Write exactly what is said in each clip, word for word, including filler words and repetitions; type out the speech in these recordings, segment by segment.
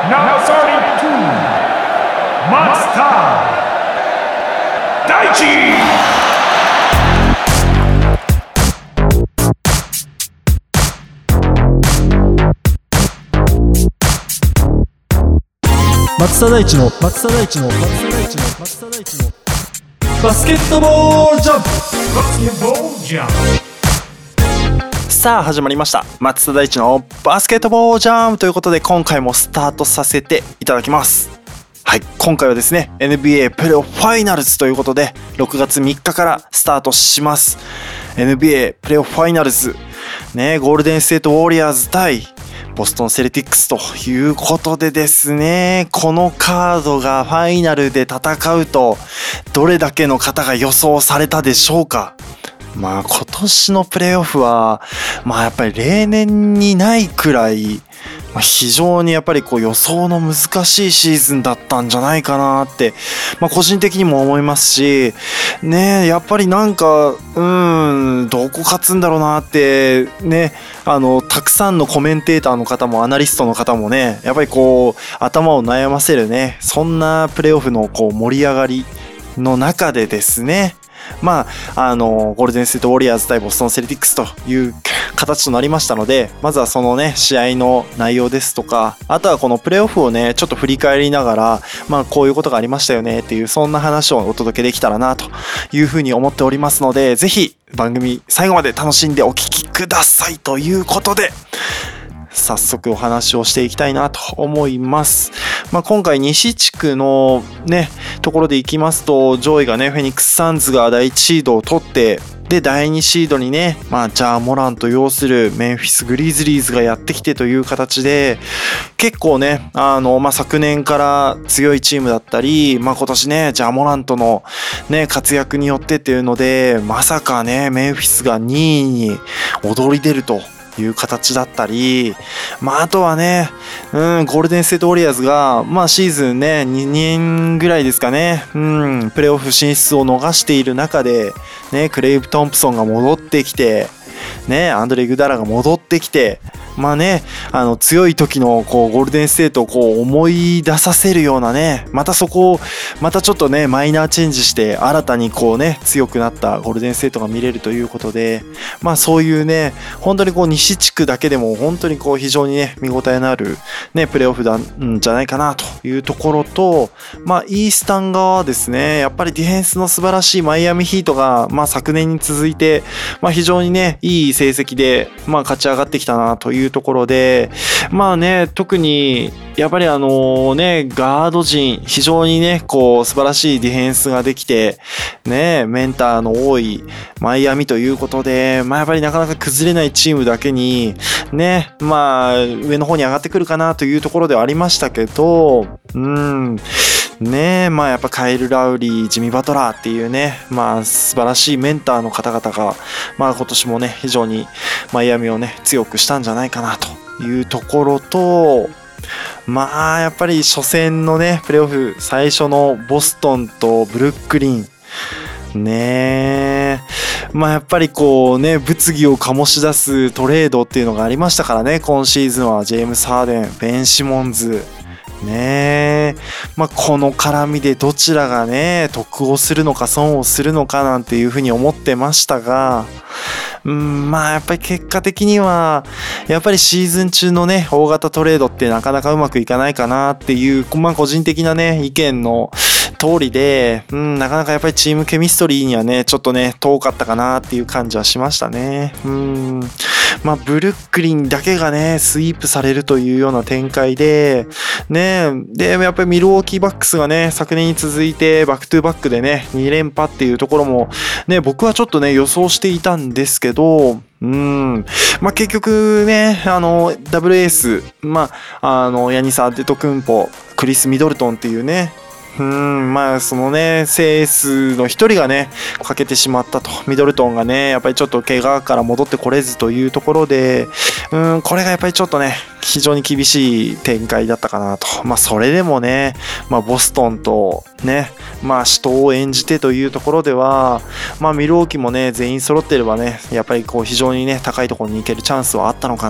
Now starting two, Monster Daichi! 松田大地の松田大地の松田大地の松田大地のバスケットボールジャンプバスケットボールジャンプ。 さあ始まりました松田大地のバスケットボールジャンプということで、今回もスタートさせていただきます。はい、今回はですね エヌビーエー プレーオフファイナルズということでろくがつみっかからスタートします。 エヌビーエー プレーオフファイナルズね、ゴールデンステートウォリアーズ対ボストンセルティックスということでですね、このカードがファイナルで戦うとどれだけの方が予想されたでしょうか。まあ今年のプレーオフはまあやっぱり例年にないくらい非常にやっぱりこう予想の難しいシーズンだったんじゃないかなって、まあ、個人的にも思いますしね、やっぱりなんかうーんどこ勝つんだろうなってね、あのたくさんのコメンテーターの方もアナリストの方もね、やっぱりこう頭を悩ませるね、そんなプレーオフのこう盛り上がりの中でですね、まあ、あのゴールデンステートウォリアーズ対ボストンセルティックスという形となりましたので、まずはそのね試合の内容ですとか、あとはこのプレーオフをねちょっと振り返りながら、まあこういうことがありましたよねっていう、そんな話をお届けできたらなというふうに思っておりますので、ぜひ番組最後まで楽しんでお聞きくださいということで、早速お話をしていきたいなと思います。まあ、今回西地区のねところでいきますと、上位がねフェニックスサンズがだいいちシードを取って、でだいにシードにね、まあ、ジャー・モラント擁するメンフィス・グリズリーズがやってきてという形で、結構ねあの、まあ、昨年から強いチームだったり、まあ、今年ねジャー・モラントの、ね、活躍によってっていうので、まさかねメンフィスがにいに躍り出るという形だったり、まああとはね、うん、ゴールデンステートウォリアーズがまあシーズンねにねんぐらいですかね、うん、プレーオフ進出を逃している中でね、クレイブ・トンプソンが戻ってきてね、アンドレ・グダラが戻ってきて、まあね、あの強い時のこうゴールデンステートをこう思い出させるようなね、またそこをまたちょっとねマイナーチェンジして新たにこうね強くなったゴールデンステートが見れるということで、まあそういうね本当にこう西地区だけでも本当にこう非常にね見応えのあるねプレーオフなんじゃないかなというところと、まあイースタン側はですね、やっぱりディフェンスの素晴らしいマイアミヒートがまあ昨年に続いて、まあ非常にねいい成績でまあ勝ち上がってきたなというところで、まあね特にやっぱりあのねガード陣非常にねこう素晴らしいディフェンスができてね、メンターの多いマイアミということで、まあやっぱりなかなか崩れないチームだけにね、まあ上の方に上がってくるかなというところではありましたけど、うんねえ、まあやっぱカイル・ラウリー、ジミー・バトラーっていうね、まあ素晴らしいメンターの方々が、まあ今年もね、非常にマイアミをね、強くしたんじゃないかなというところと、まあやっぱり初戦のね、プレーオフ最初のボストンとブルックリン、ねえ、まあやっぱりこうね物議を醸し出すトレードっていうのがありましたからね、今シーズンはジェームス・ハーデン、ベン・シモンズねえ、まあこの絡みでどちらがね得をするのか損をするのかなんていうふうに思ってましたが、うん、まあやっぱり結果的にはやっぱりシーズン中のね大型トレードってなかなかうまくいかないかなっていう、まあ個人的なね意見の通りで、うん、なかなかやっぱりチームケミストリーにはねちょっとね遠かったかなっていう感じはしましたね。うん、まあブルックリンだけがねスイープされるというような展開でね、でやっぱりミルウォーキーバックスがね昨年に続いてバックトゥーバックでねに連覇っていうところもね僕はちょっとね予想していたんですけど、うん、まあ結局ねあのダブルエース、まああのヤニス・アデトクンポ、クリス・ミドルトンっていうね、うん、まあそのねセースの一人がね欠けてしまったと、ミドルトンがねやっぱりちょっと怪我から戻ってこれずというところで、うん、これがやっぱりちょっとね非常に厳しい展開だったかなと。まあそれでもね、まあボストンとね、まあ死闘を演じてというところでは、まあミルウォーキーもね全員揃ってればねやっぱりこう非常にね高いところに行けるチャンスはあったのかなと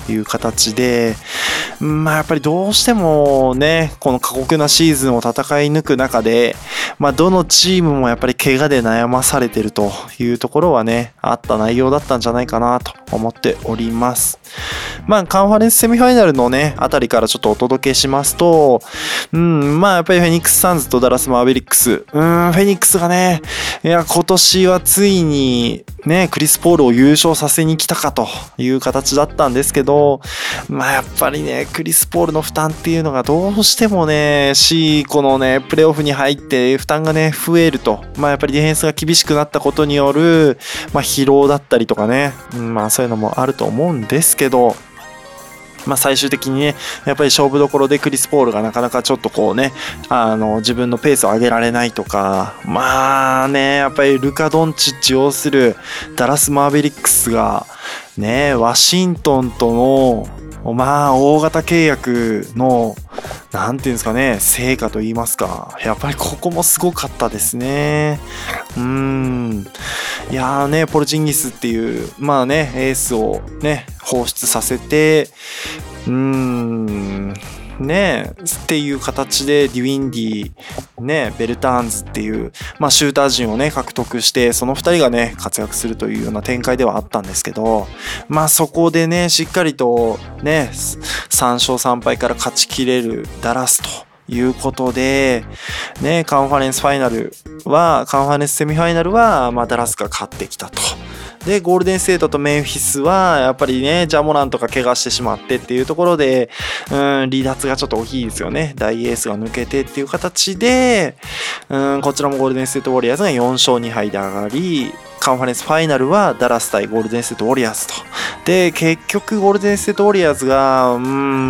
いう形で、まあやっぱりどうしてもね、この過酷なシーズンを戦い抜く中で、まあどのチームもやっぱり怪我で悩まされてるというところはね、あった内容だったんじゃないかなと思っております。まあカンファレンスセミファイナルのね、あたりからちょっとお届けしますと、うん、まあやっぱりフェニックスサンズとダラスマーベリックス、うん、フェニックスがね、いや今年はついにね、クリス・ポールを優勝させに来たかという形だったんですけど、まあやっぱりね、クリス・ポールの負担っていうのがどうしてもね、し、このね、プレーオフに入って負担がね、増えると、まあやっぱりディフェンスが厳しくなったことによる、まあ疲労だったりとかね、うん、まあそういうのもあると思うんですけど、まあ最終的にね、やっぱり勝負どころでクリス・ポールがなかなかちょっとこうね、あの、自分のペースを上げられないとか、まあね、やっぱりルカ・ドンチッチを擁するダラス・マーベリックスが、ね、ワシントンとの、まあ大型契約の、なんていうんですかね、成果と言いますか、やっぱりここもすごかったですね。うーん。いやーね、ポルジンギスっていう、まあね、エースをね、放出させて、うーん、ねっていう形でディウィンディ、ね、ベルターンズっていう、まあ、シューター陣をね獲得して、そのふたりがね活躍するというような展開ではあったんですけど、まあそこでねしっかりとねさん勝さん敗から勝ちきれるダラスということで、ね、カンファレンスファイナルは、カンファレンスセミファイナルは、まあ、ダラスが勝ってきたと。で、ゴールデンステートとメンフィスは、やっぱりね、ジャモランとか怪我してしまってっていうところで、うん、離脱がちょっと大きいですよね。大エースが抜けてっていう形で、うん、こちらもゴールデンステートウォリアーズがよん勝に敗で上がり、カンファレンスファイナルはダラス対ゴールデンステートウォリアーズと。で、結局ゴールデンステートウォリアーズが、うん、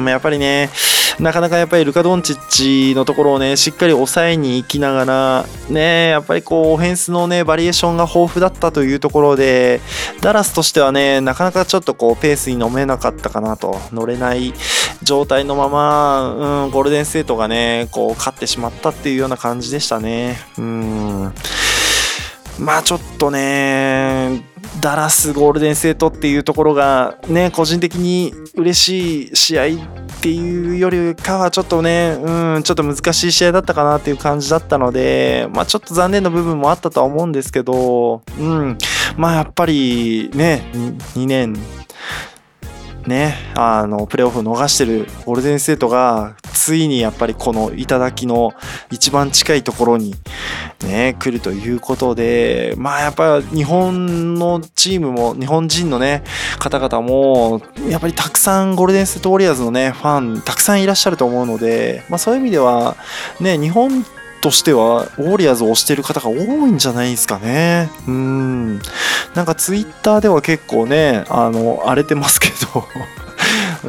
やっぱりね、なかなかやっぱりルカ・ドンチッチのところをねしっかり抑えに行きながらね、やっぱりこうオフェンスのねバリエーションが豊富だったというところで、ダラスとしてはねなかなかちょっとこうペースに乗めなかったかなと、乗れない状態のまま、うん、ゴールデンステートがねこう勝ってしまったっていうような感じでしたね。うん、まあちょっとねダラスゴールデンステートっていうところがね個人的に嬉しい試合っていうよりかはちょっとね、うん、ちょっと難しい試合だったかなっていう感じだったので、まあちょっと残念な部分もあったとは思うんですけど、うん、まあやっぱりねにねんね、あのプレーオフを逃してるゴールデンステートがついにやっぱりこの頂の一番近いところにね来るということで、まあやっぱり日本のチームも日本人のね方々もやっぱりたくさんゴールデンステートウォリアーズのねファンたくさんいらっしゃると思うので、まあそういう意味ではね日本としてはウォリアーズを推している方が多いんじゃないですかね。うん、なんかツイッターでは結構ねあの荒れてますけどうん、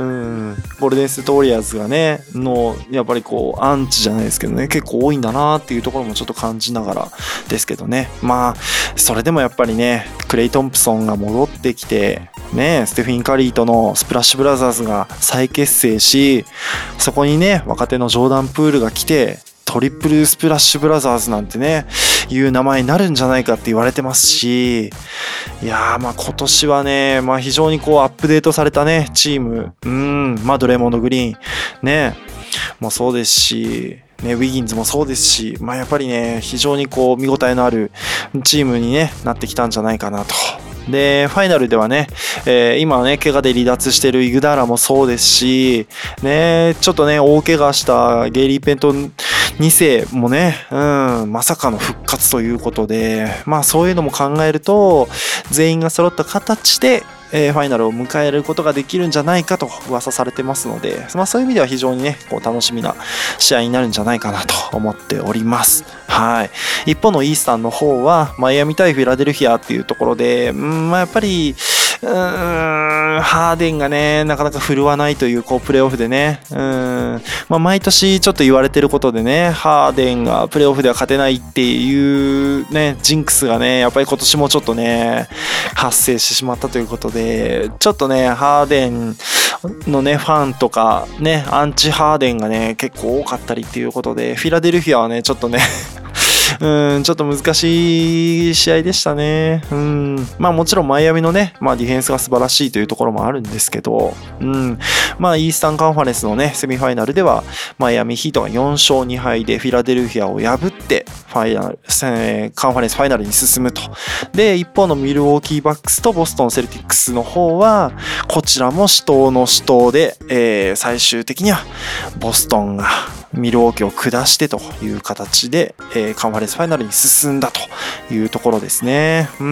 ゴールデンステートウォリアーズがねのやっぱりこうアンチじゃないですけどね結構多いんだなっていうところもちょっと感じながらですけどね、まあそれでもやっぱりねクレイ・トンプソンが戻ってきてねステフィン・カリーとのスプラッシュブラザーズが再結成し、そこにね若手のジョーダン・プールが来てトリプルスプラッシュブラザーズなんてねいう名前になるんじゃないかって言われてますし、いやーまあ今年はね、まあ、非常にこうアップデートされたねチーム、うん、まあドレモンド・グリーンねもそうですしね、ウィギンズもそうですし、まあ、やっぱりね非常にこう見応えのあるチームに、ね、なってきたんじゃないかなと。でファイナルではね、えー、今はね怪我で離脱しているイグダーラもそうですし、ね、ちょっとね大怪我したゲイリー・ペントンに世もね、うん、まさかの復活ということで、まあそういうのも考えると全員が揃った形でえー、ファイナルを迎えることができるんじゃないかと噂されてますので、まあ、そういう意味では非常にねこう楽しみな試合になるんじゃないかなと思っております。はい。一方のイースタンの方はマイアミ対フィラデルフィアっていうところで、うん、まあ、やっぱりうーんハーデンがねなかなか振るわないというこうプレーオフでね、うん、まあ、毎年ちょっと言われてることでねハーデンがプレーオフでは勝てないっていうねジンクスがねやっぱり今年もちょっとね発生してしまったということで、ちょっとねハーデンのねファンとかねアンチハーデンがね結構多かったりっていうことで、フィラデルフィアはねちょっとねうん、ちょっと難しい試合でしたね。うん、まあもちろんマイアミのね、まあディフェンスが素晴らしいというところもあるんですけど、うん、まあイースタンカンファレンスのね、セミファイナルでは、マイアミヒートがよん勝に敗でフィラデルフィアを破って、ファイナル、カンファレンスファイナルに進むと。で、一方のミルウォーキーバックスとボストンセルティックスの方は、こちらも死闘の死闘で、えー、最終的にはボストンがミルウォーキーを下してという形で、えー、カンファレンスファイナルに進んだというところですね。うん。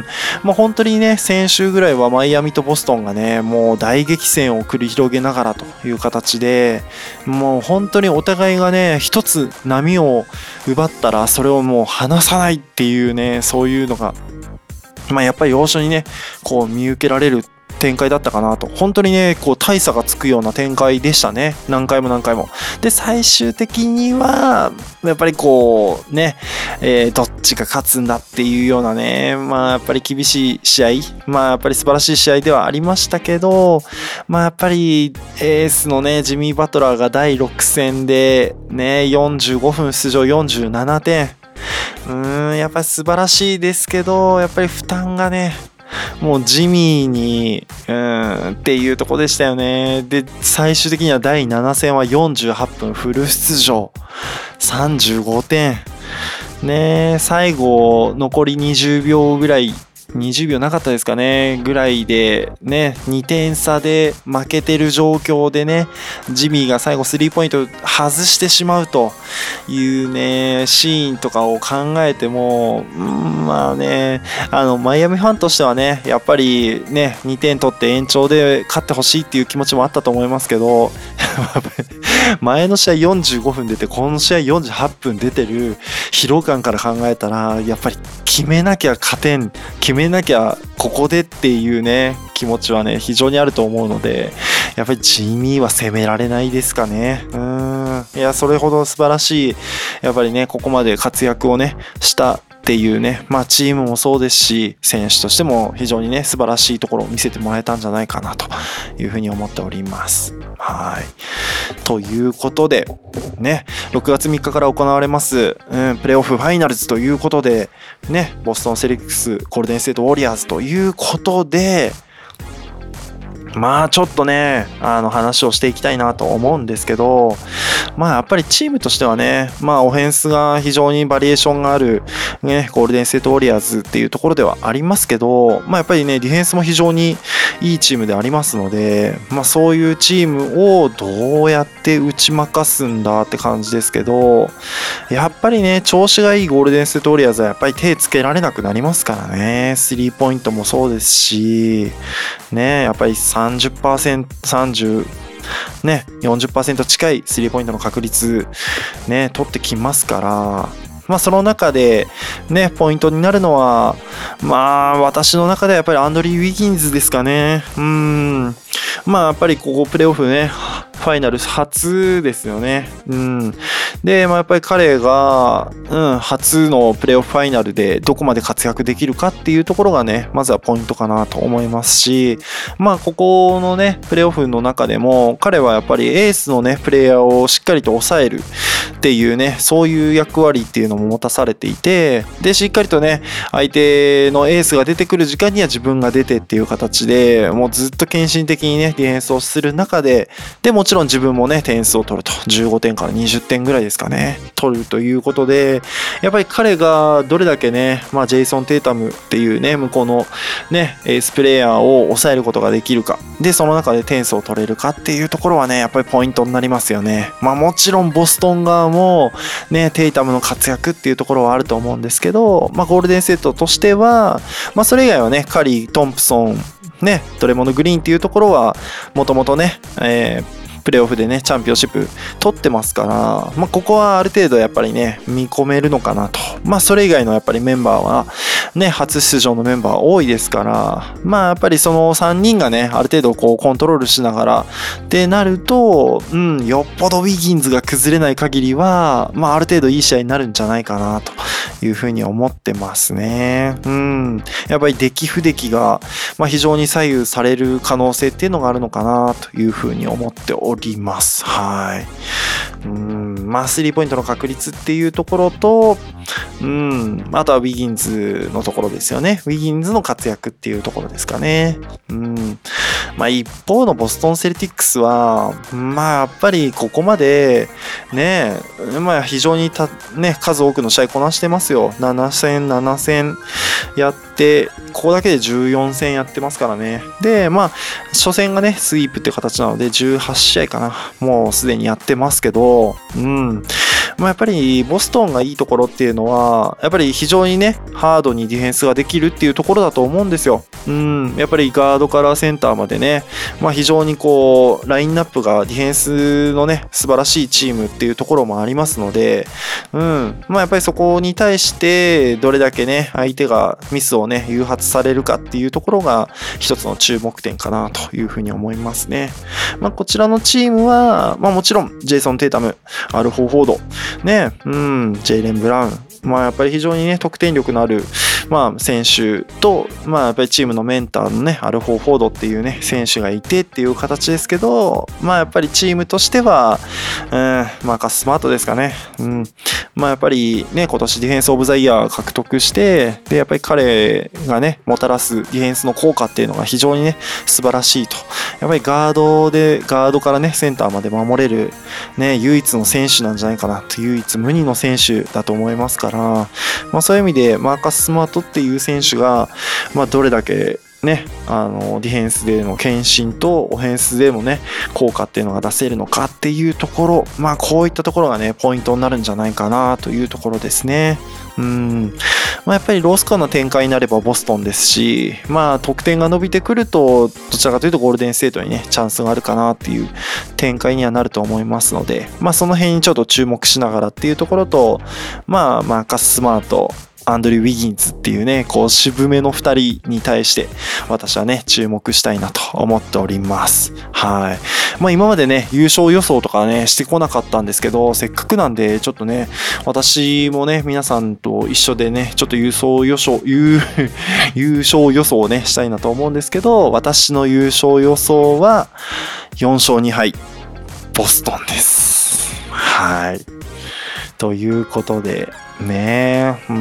まあ、本当にね、先週ぐらいはマイアミとボストンがね、もう大激戦を繰り広げながらという形で、もう本当にお互いがね、一つ波を奪ったらそれをもう離さないっていうね、そういうのが、まあ、やっぱり要所にね、こう見受けられる展開だったかなと。本当にね、こう大差がつくような展開でしたね。何回も何回も。で、最終的には、やっぱりこうね、えー、どっちが勝つんだっていうようなね、まあやっぱり厳しい試合、まあやっぱり素晴らしい試合ではありましたけど、まあやっぱりエースのね、ジミー・バトラーがだいろく戦でね、よんじゅうごふん出場よんじゅうななてん。うーん、やっぱり素晴らしいですけど、やっぱり負担がね、もうジミーにうーんっていうとこでしたよね。で、最終的にはだいなな戦はよんじゅうはっぷんフル出場さんじゅうごてんね。最後残りにじゅうびょうぐらい、にじゅうびょうなかったですかねぐらいでね、にてん差で負けてる状況でね、ジミーが最後スリーポイント外してしまうというねシーンとかを考えても、うん、まあね、あのマイアミファンとしてはね、やっぱりねにてん取って延長で勝ってほしいっていう気持ちもあったと思いますけど前の試合よんじゅうごふん出て、この試合よんじゅうはっぷん出てる疲労感から考えたら、やっぱり決めなきゃ勝てん、決めなきゃここでっていうね気持ちはね非常にあると思うので、やっぱりジミーは攻められないですかね。うーん、いや、それほど素晴らしい、やっぱりねここまで活躍をねしたっていうね、まあチームもそうですし、選手としても非常にね素晴らしいところを見せてもらえたんじゃないかなというふうに思っております。はい。ということでね、ろくがつみっかから行われます、うん、プレーオフファイナルズということでね、ボストンセレックス、ゴールデンステートウォリアーズということで、まあちょっとねあの話をしていきたいなと思うんですけど、まあやっぱりチームとしてはね、まあオフェンスが非常にバリエーションがあるねゴールデンステートウォリアーズっていうところではありますけど、まあやっぱりねディフェンスも非常にいいチームでありますので、まあそういうチームをどうやって打ち負かすんだって感じですけど、やっぱりね調子がいいゴールデンステートウォリアーズはやっぱり手つけられなくなりますからね。スリーポイントもそうですしね、やっぱりさんじゅっパーセント、さんじゅうね、よんじゅっパーセント近いスリーポイントの確率ね取ってきますから、まあその中でねポイントになるのは、まあ私の中ではやっぱりアンドリー・ウィギンズですかね。うーん、まあやっぱりここプレーオフねファイナル初ですよね。うん。で、まあ、やっぱり彼が、うん、初のプレーオフファイナルでどこまで活躍できるかっていうところがね、まずはポイントかなと思いますし、まあ、ここのね、プレーオフの中でも、彼はやっぱりエースのね、プレイヤーをしっかりと抑えるっていうね、そういう役割っていうのも持たされていて、で、しっかりとね、相手のエースが出てくる時間には自分が出てっていう形で、もうずっと献身的にね、ディフェンスをする中で、で、もちろんもちろん自分もね点数を取るとじゅうごてんからにじゅってんぐらいですかね取るということで、やっぱり彼がどれだけね、まあ、ジェイソン・テイタムっていうね向こうのねエースプレイヤーを抑えることができるかで、その中で点数を取れるかっていうところはねやっぱりポイントになりますよね。まあもちろんボストン側もねテイタムの活躍っていうところはあると思うんですけど、まあゴールデンセットとしてはまあそれ以外はねカリー、トンプソンねドレモンド・グリーンっていうところはもともとね、えープレーオフでねチャンピオンシップ取ってますから、まあ、ここはある程度やっぱりね見込めるのかなと。まあそれ以外のやっぱりメンバーはね初出場のメンバー多いですから、まあやっぱりそのさんにんがねある程度こうコントロールしながらってなると、うんよっぽどウィギンズが崩れない限りはまあある程度いい試合になるんじゃないかなというふうに思ってますね。うんやっぱり出来不出来がまあ非常に左右される可能性っていうのがあるのかなというふうに思っております。はい。うんまあスリーポイントの確率っていうところとうん。あとはウィギンズのところですよね。ウィギンズの活躍っていうところですかね。うん。まあ一方のボストンセルティックスは、まあやっぱりここまでね、まあ非常にた、ね、数多くの試合こなしてますよ。なな戦、なな戦やって、ここだけでじゅうよん戦やってますからね。で、まあ初戦がね、スイープっていう形なのでじゅうはち試合かな。もうすでにやってますけど、うん。まあやっぱりボストンがいいところっていうのは、やっぱり非常にね、ハードにディフェンスができるっていうところだと思うんですよ。うん。やっぱりガードからセンターまでね、まあ非常にこう、ラインナップがディフェンスのね、素晴らしいチームっていうところもありますので、うん。まあやっぱりそこに対して、どれだけね、相手がミスをね、誘発されるかっていうところが一つの注目点かなというふうに思いますね。まあこちらのチームは、まあもちろん、ジェイソン・テイタム、アルフォー・フォード、ね、うん、ジェイレン・ブラウン、まあやっぱり非常にね、得点力のある、まあ選手と、まあやっぱりチームのメンターのね、アルフォー・フォードっていうね、選手がいてっていう形ですけど、まあやっぱりチームとしては、うん、まあスマートですかね。うん。まあやっぱりね、今年ディフェンスオブザイヤー獲得して、で、やっぱり彼がね、もたらすディフェンスの効果っていうのが非常にね、素晴らしいと。やっぱりガードで、ガードからね、センターまで守れる、ね、唯一の選手なんじゃないかなと、唯一無二の選手だと思いますから、まあそういう意味で、マーカス・スマートっていう選手が、まあどれだけ、ね、あのディフェンスでの献身とオフェンスでもね効果っていうのが出せるのかっていうところ、まあこういったところがねポイントになるんじゃないかなというところですね。うん、まあ、やっぱりロースコアの展開になればボストンですし、まあ得点が伸びてくるとどちらかというとゴールデンステートにねチャンスがあるかなっていう展開にはなると思いますので、まあその辺にちょっと注目しながらっていうところと、まあマーカス・スマート、アンドリュー・ウィギンズっていうね、こう渋めのふたりに対して私はね、注目したいなと思っております。はい。まあ今までね、優勝予想とかね、してこなかったんですけど、せっかくなんでちょっとね、私もね、皆さんと一緒でね、ちょっと優勝予想、優、優勝予想をね、したいなと思うんですけど、私の優勝予想はよん勝に敗、ボストンです。はい。ということで、ねえ、うん、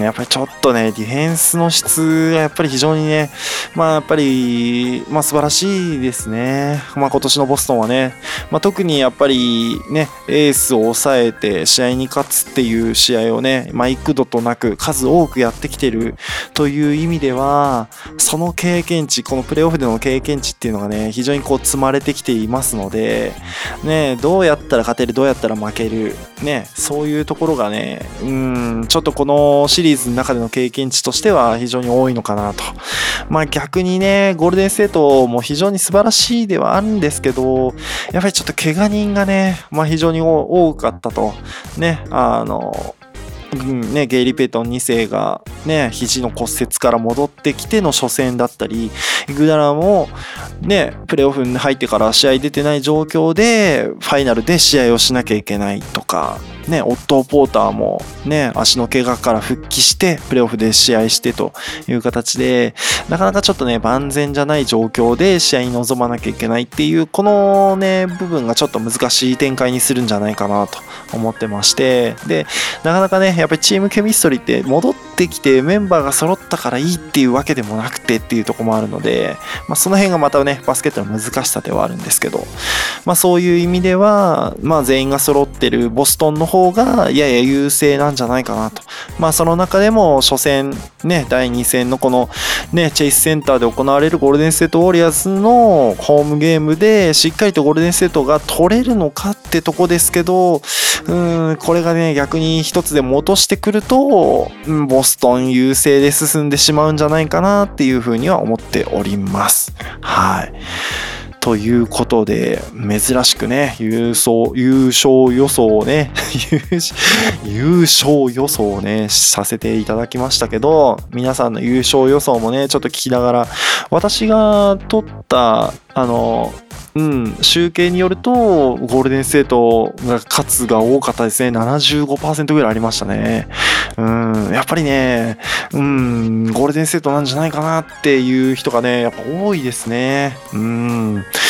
やっぱりちょっとね、ディフェンスの質がやっぱり非常にね、まあやっぱり、まあ素晴らしいですね。まあ今年のボストンはね、まあ特にやっぱりね、エースを抑えて試合に勝つっていう試合をね、まあ幾度となく数多くやってきてるという意味では、その経験値、このプレーオフでの経験値っていうのがね、非常にこう積まれてきていますので、ね、どうやったら勝てる、どうやったら負ける、ね、そういうところがね、うんうんちょっとこのシリーズの中での経験値としては非常に多いのかなと。まあ逆にね、ゴールデンステートも非常に素晴らしいではあるんですけど、やっぱりちょっと怪我人がね、まあ非常に多かったと。ね、あの、うんね、ゲイリー・ペイトンに世が、ね、肘の骨折から戻ってきての初戦だったり、イグダラも、ね、プレーオフに入ってから試合出てない状況でファイナルで試合をしなきゃいけないとか、ね、オットー・ポーターも、ね、足の怪我から復帰してプレーオフで試合してという形で、なかなかちょっとね万全じゃない状況で試合に臨まなきゃいけないっていうこのね部分がちょっと難しい展開にするんじゃないかなと思ってまして、でなかなかねやっぱりチームケミストリーって戻ってきてメンバーが揃ったからいいっていうわけでもなくてっていうところもあるので、まあ、その辺がまたねバスケットの難しさではあるんですけど、まあそういう意味では、まあ、全員が揃ってるボストンの方がやや優勢なんじゃないかなと。まあその中でも初戦ねだいに戦のこのねチェイスセンターで行われるゴールデンステートウォリアーズのホームゲームでしっかりとゴールデンステートが取れるのかってとこですけど、うーんこれがね逆に一つでも落としてくると、うん、ボストン優勢で進んでしまうんじゃないかなっていうふうには思っております。はい。ということで珍しくね優勝優勝予想をね優勝予想をねさせていただきましたけど、皆さんの優勝予想もねちょっと聞きながら、私が取ったあのうん、集計によるとゴールデンステートが勝つが多かったですね。 ななじゅうごパーセント ぐらいありましたね。うんやっぱりねうんゴールデンステートなんじゃないかなっていう人がねやっぱ多いですね。うん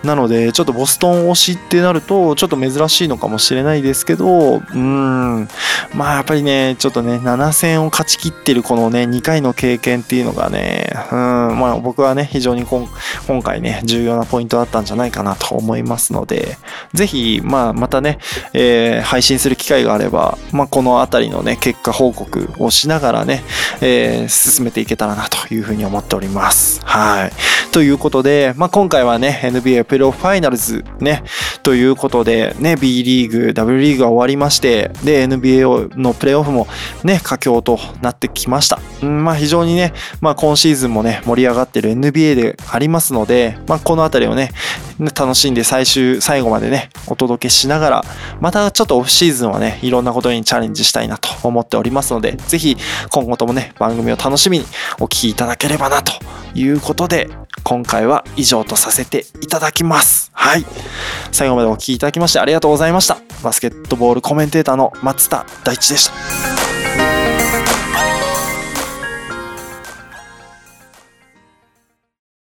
なのでちょっとボストン推しってなるとちょっと珍しいのかもしれないですけど、うーんまあやっぱりねちょっとねなな戦を勝ち切ってるこのねにかいの経験っていうのがね、うんまあ僕はね非常にこん今回ね重要なポイントだったんじゃないかなと思いますので、ぜひまあまたね、えー、配信する機会があれば、まあ、このあたりのね結果報告をしながらね、えー、進めていけたらなというふうに思っております。はい。ということで、まあ、今回はね エヌビーエー プレーオフファイナルズねということでね B リーグ W リーグが終わりまして、で エヌビーエー のプレーオフもね佳境となってきました。うん、まあ非常にね、まあ、今シーズンもね盛り上がってる エヌビーエー でありますので、まあ、このあたりをね楽しんで最終最後までねお届けしながら、またちょっとオフシーズンはねいろんなことにチャレンジしたいなと思っておりますので、ぜひ今後ともね番組を楽しみにお聞きいただければなということで、今回は以上とさせていただきます。はい、最後までお聞きいただきましてありがとうございました。バスケットボールコメンテーターの松田大地でした。